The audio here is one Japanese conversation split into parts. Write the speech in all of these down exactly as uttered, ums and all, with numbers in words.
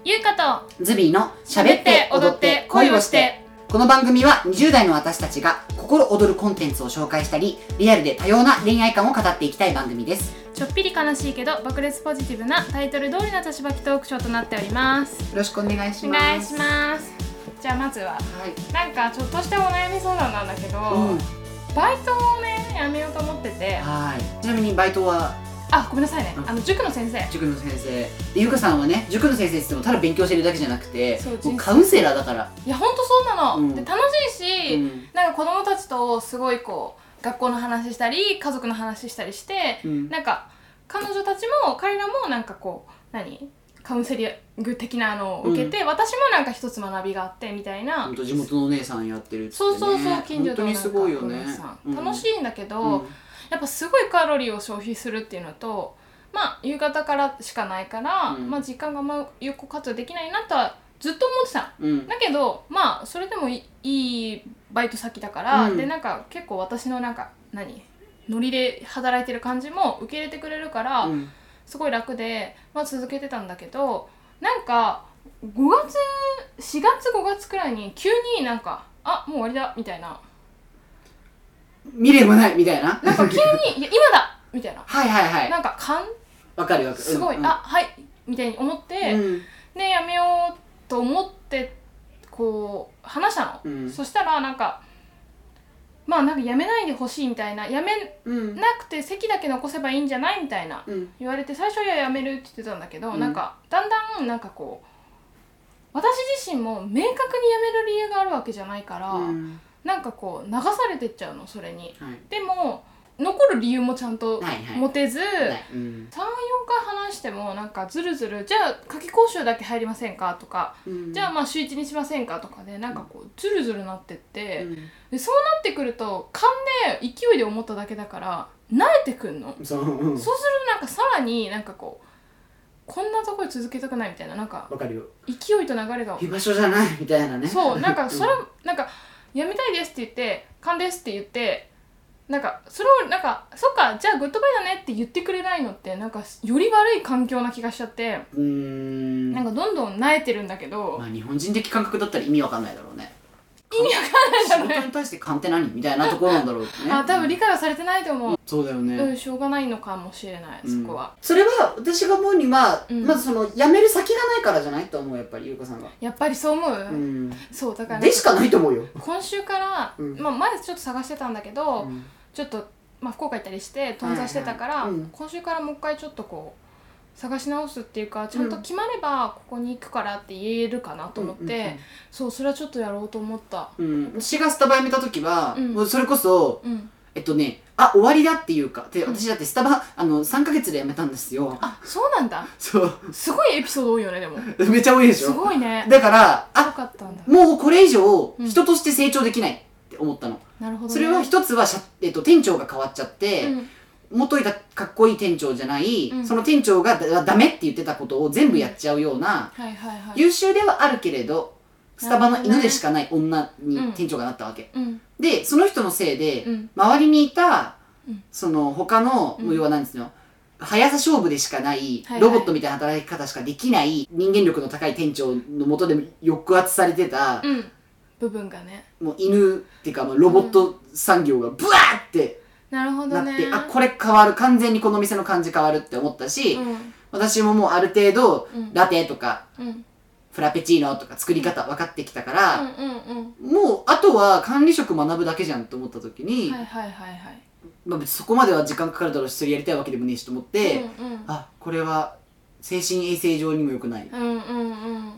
ゆうかとズビーの喋って踊って恋をして。この番組はにじゅう代の私たちが心躍るコンテンツを紹介したり、リアルで多様な恋愛観を語っていきたい番組です。 ちょっぴり悲しいけど爆裂ポジティブなタイトル通りの立場きトークショーとなっております。 よろしくお願いします。 お願いします。じゃあまずは、はい、なんかちょっとしたお悩み相談なんだけど、うん、バイトをねやめようと思ってて。 はい。ちなみにバイトはあ、ごめんなさいね、うん、あの塾の先生塾の先生で、ゆうかさんはね、塾の先生って言ってもただ勉強してるだけじゃなくて、もうカウンセラーだから。 いやほんとそうなの、うん、で楽しいし、うん、なんか子供たちとすごいこう学校の話したり家族の話したりして、うん、なんか彼女たちも彼らもなんかこう何カウンセリング的なのを受けて、うん、私もなんか一つ学びがあってみたいな。 本当地元のお姉さんやってるって、ね、 そうそうそう、近所のなんかお姉さん、楽しいんだけど、うん、やっぱすごいカロリーを消費するっていうのと、まあ夕方からしかないから、うん、まあ時間があんま有効活用できないなとはずっと思ってた、うん、だけどまあそれでもい い, いいバイト先だから、うん、でなんか結構私のなんか何ノリで働いてる感じも受け入れてくれるから、うん、すごい楽で、まあ、続けてたんだけど、なんかごがつしがつごがつくらいに急になんかあもう終わりだみたいな、 未練もないみたいな、 なんか急にいや今だみたいな、 はいはいはい、 なんか勘わかるわかる、 すごい、うん、あはいみたいに思って、うん、でやめようと思ってこう話したの、うん、そしたらなんかまあなんかやめないでほしいみたいな、やめなくて席だけ残せばいいんじゃないみたいな、うん、言われて、最初はやめるって言ってたんだけど、うん、なんかだんだんなんかこう私自身も明確にやめる理由があるわけじゃないから、うん、なんかこう流されてっちゃうのそれに、はい、でも残る理由もちゃんと持てず、はいはいはい、うん、さん、よんかい話してもなんかずるずる、じゃあ夏季講習だけ入りませんかとか、うん、じゃあまあ週いちにしませんかとかでなんかこうずるずるなってって、うん、でそうなってくると勘で勢いで思っただけだから慣れてくんの、そう、うん、そうするとなんかさらになんかこうこんなとこで続けたくないみたいな、なんか勢いと流れが居場所じゃないみたいなね、 そうなんかそれなんかやめたいですって言って勘ですって言ってなんかそれをなんかそっかじゃあグッドバイだねって言ってくれないのってなんかより悪い環境な気がしちゃって、うーんなんかどんどん慣れてるんだけど、 まあ日本人的感覚だったら意味わかんないだろうね。 意味わかんないだろうね。 仕事に対して勘って何みたいなところなんだろうね。 あ、多分理解はされてないと思う、うん、 そうだよね、 うん、しょうがないのかもしれない、うん、そこは。 それは私が思うには、うん、まずその辞める先がないからじゃないと思う、やっぱりゆうかさんが。 やっぱりそう思う、うん、そうだからでしかないと思うよ。 今週から、うん、まあ前ちょっと探してたんだけど、うん、ちょっとまあ、福岡行ったりして頓挫してたから、はいはい、うん、今週からもう一回ちょっとこう探し直すっていうか、ちゃんと決まればここに行くからって言えるかなと思って、うんうんうん、そうそれはちょっとやろうと思った、 うん、私がスタバ辞めた時は、うん、もうそれこそ、うん、えっとねあ終わりだっていうかで、私だってスタバあのさんかげつで辞めたんですよ。 あ、そうなんだ。 そうすごいエピソード多いよね。でもめっちゃ多いでしょ。 すごいね。 だからあかったんだ、 もうこれ以上人として成長できないって思ったの、 うん、なるほどね。 それは一つは、えっと、店長が変わっちゃって、うん、元いたかっこいい店長じゃない、うん、その店長がだダメって言ってたことを全部やっちゃうような、うん、はいはいはい、優秀ではあるけれどスタバの犬でしかない女に店長がなったわけ、うん、でその人のせいで、うん、周りにいた、うん、その他の、うん、要は何ですよ、速さ勝負でしかない、はいはい、ロボットみたいな働き方しかできない人間力の高い店長の下で抑圧されてた、うん、 部分がね、 もう犬っていうかロボット産業がブワーってなるほどね、 なって、あこれ変わる、完全にこの店の感じ変わるって思ったし、うん、私ももうある程度、うん、ラテとか、うん、フラペチーノとか作り方分かってきたから、うんうんうん、もうあとは管理職学ぶだけじゃんと思った時に、はいはいはいはい、まあ、別にそこまでは時間かかるだろうしそれやりたいわけでもねえしと思って、うんうん、あこれは精神衛生上にも良くない、うんうんうん、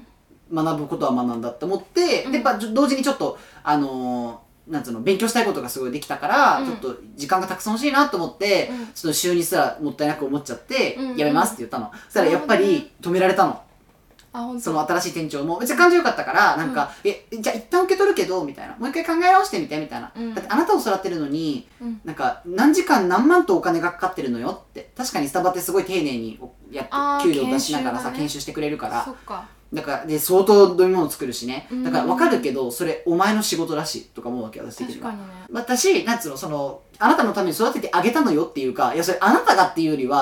学ぶことは学んだって思って、うん、でやっぱ同時にちょっとあのーなんつうの勉強したいことがすごいできたから、うん、ちょっと時間がたくさん欲しいなと思って、うん、ちょっと週にすらもったいなく思っちゃって、うんうん、やめますって言ったの。そしたらやっぱり止められたの。あ、その新しい店長もめっちゃ感じよかったからなんか、うん、えじゃあ一旦受け取るけどみたいな、もう一回考え直してみてみたいな、うん、だってあなたを育てるのに、うん、なんか何時間何万とお金がかかってるのよって。確かにスタバってすごい丁寧にやって給料出しながらさ、ね、研修してくれるから、そっか、だからで相当飲み物作るしね、だから分かるけどそれお前の仕事らしいとか思うわけ、私的には。確かにね。私なんつうの、そのあなたのために育ててあげたのよっていうか、いやそれあなたがっていうよりは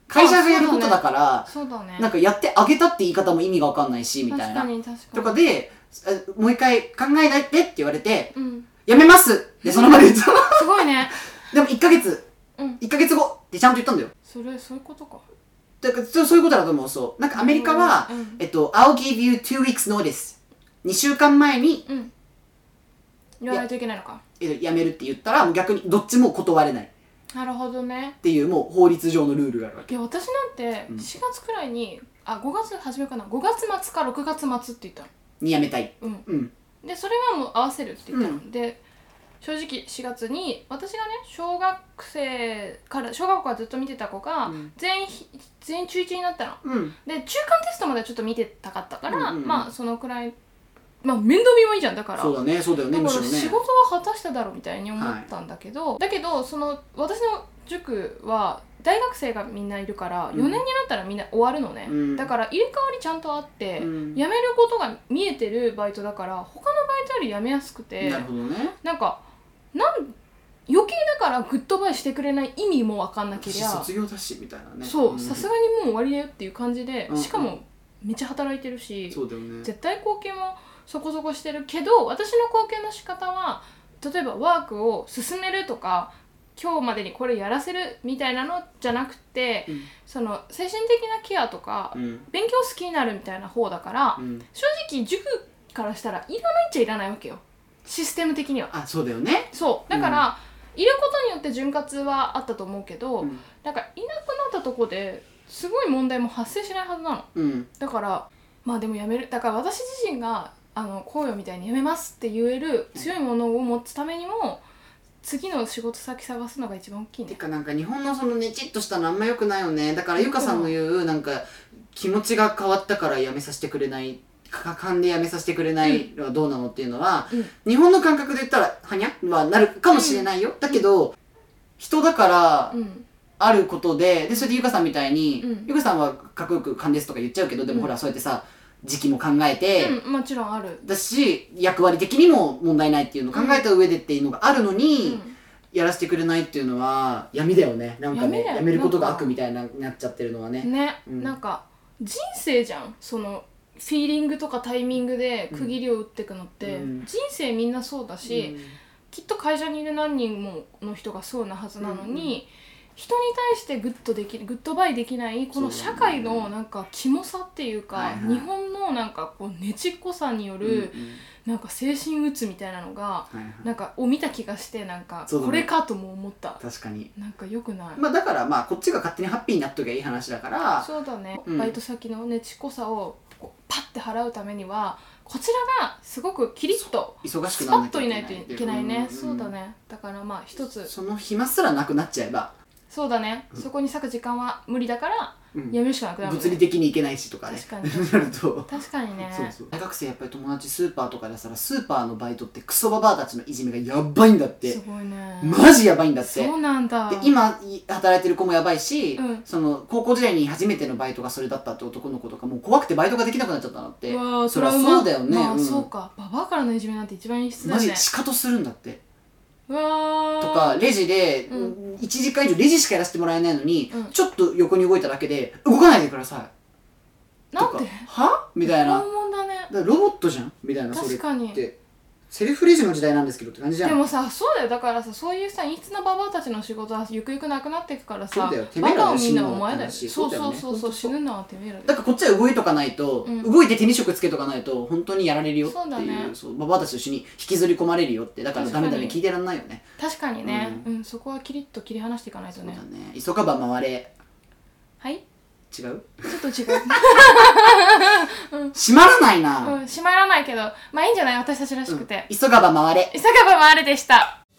会社がやることだから、 そうだね、 なんかやってあげたって言い方も意味が分かんないしみたいな。確かに確かに。とかでもう一回考えないでって言われて、うん、やめますでその場で言ったすごいね。 でもいっかげつ、うん、いっかげつごってちゃんと言ったんだよ。 それそういうことか。 だからそういうことだと思う。そうなんかアメリカは、うん、えっと I'll give you two weeks notice にしゅうかんまえに、うん、 言わないといけないのか。 やめるって言ったら逆にどっちも断れない。 なるほどね。 っていうもう法律上のルールがあるわけ。 いや私なんてしがつくらいに、うん、あごがつ初めかな、ごがつまつかろくがつまつって言ったのにやめたい。 うん、うん、でそれはもう合わせるって言ったの、うん、で正直しがつに私がね小学生から小学校からずっと見てた子が全員、うん、全員中いちになったの、うん、で中間テストまでちょっと見てたかったから、うんうんうん、まあそのくらいまあ面倒見もいいじゃん。だからそうだねそうだよね。 だから仕事は果たしただろうみたいに思ったんだけど、はい、だけどその私の塾は大学生がみんないるからよねんになったらみんな終わるのね、うん、だから入れ替わりちゃんとあって、うん、辞めることが見えてるバイトだから他のバイトより辞めやすくて、 なるほどね。 なんかなん余計だからグッドバイしてくれない意味も分かんなけりゃ卒業だしみたいなね。 そうさすがにもう終わりだよっていう感じで、うん、しかもめっちゃ働いてるし、 そうだよね、 絶対貢献もそこそこしてるけど、私の貢献の仕方は例えばワークを進めるとか今日までにこれやらせるみたいなのじゃなくて、うん、その精神的なケアとか、うん、勉強好きになるみたいな方だから、うん、正直塾からしたらいらないっちゃいらないわけよ、システム的には。 あ、そうだよね。 そうだから、うん、いることによって潤滑はあったと思うけど、うん、なんかいなくなったとこですごい問題も発生しないはずなの、うん、だからまあでもやめる、だから私自身があのこうよみたいにやめますって言える強いものを持つためにも次の仕事先探すのが一番大きいね。 てかなんか日本のそのねちっとしたのあんま良くないよね。だからゆかさんの言うなんか気持ちが変わったからやめさせてくれないか勘でやめさせてくれないのはどうなのっていうのは、うん、日本の感覚で言ったらはにゃはなるかもしれないよ、うん、だけど人だからあることで、でそれでゆかさんみたいに、うん、ゆかさんはかっこよく勘ですとか言っちゃうけど、でもほらそうやってさ時期も考えて、 うん、もちろんあるだし役割的にも問題ないっていうのを考えた上でっていうのがあるのに、うん、やらせてくれないっていうのは闇だよね。なんかねやめることが悪みたいななっちゃってるのはね。 ね、うん、なんか人生じゃん。そのフィーリングとかタイミングで区切りを打っていくのって、うん、人生みんなそうだし、うん、きっと会社にいる何人もの人がそうなはずなのに、うん人に対してグッドできグッドバイできないこの社会のなんかキモさっていうか、はいはい、日本のなんかこうねちっこさによる、うんうん、なんか精神うつみたいなのが、はいはい、なんかを見た気がしてなんかこれかとも思った。 確かになんか良くない。 まあだからまあこっちが勝手にハッピーになっときゃいい話だから。 そうだね、うん、バイト先のねちっこさをこうパッて払うためにはこちらがすごくキリッと忙しくならなきゃいけないスパッといないといけないね、うんうん、そうだね。だからまあ一つその暇すらなくなっちゃえばそうだね、うん、そこに割く時間は無理だからやめるしかなくなる、ね、 物理的に行けないしとかね。 確かになると確かにね。 そうそう大学生やっぱり友達スーパーとかでしたらスーパーのバイトってクソババアたちのいじめがやばいんだって。 すごいね。 マジやばいんだって。 そうなんだ。 で今働いてる子もやばいし、うん、その高校時代に初めてのバイトがそれだったって男の子とかもう怖くてバイトができなくなっちゃったのって。 わそりゃそうだよね、 まあうん、そうかババアからのいじめなんて一番いい質だよね。 マジシカトするんだってうわとかレジで、うん、いちじかん以上レジしかやらせてもらえないのに、うん、ちょっと横に動いただけで動かないでくださいなんではみたいな。 拷問だね。 だからロボットじゃんみたいな。 確かにそれってセルフレジの時代なんですけどって感じじゃん。 でもさそうだよ。だからさそういうさ陰湿なババアたちの仕事はゆくゆくなくなっていくからさそうだよ。てめえらが死ぬのはお前だよ。そうそうそうそう死ぬのはてめえらだよ。 だからこっちは動いとかないと、うん、動いて手に職つけとかないと本当にやられるよっていう。 そうだね。 そうババアたちと一緒に引きずり込まれるよって。だからダメだね聞いてらんないよね。 確かにね、うん、うん、そこはキリッと切り離していかないとね。 そうだね。急がば回れ。 はい違うちょっと違う、 うん、閉まらないな。 うん閉まらないけどまあいいんじゃない私たちらしくて、 うん、急がば回れ急がば回れでした。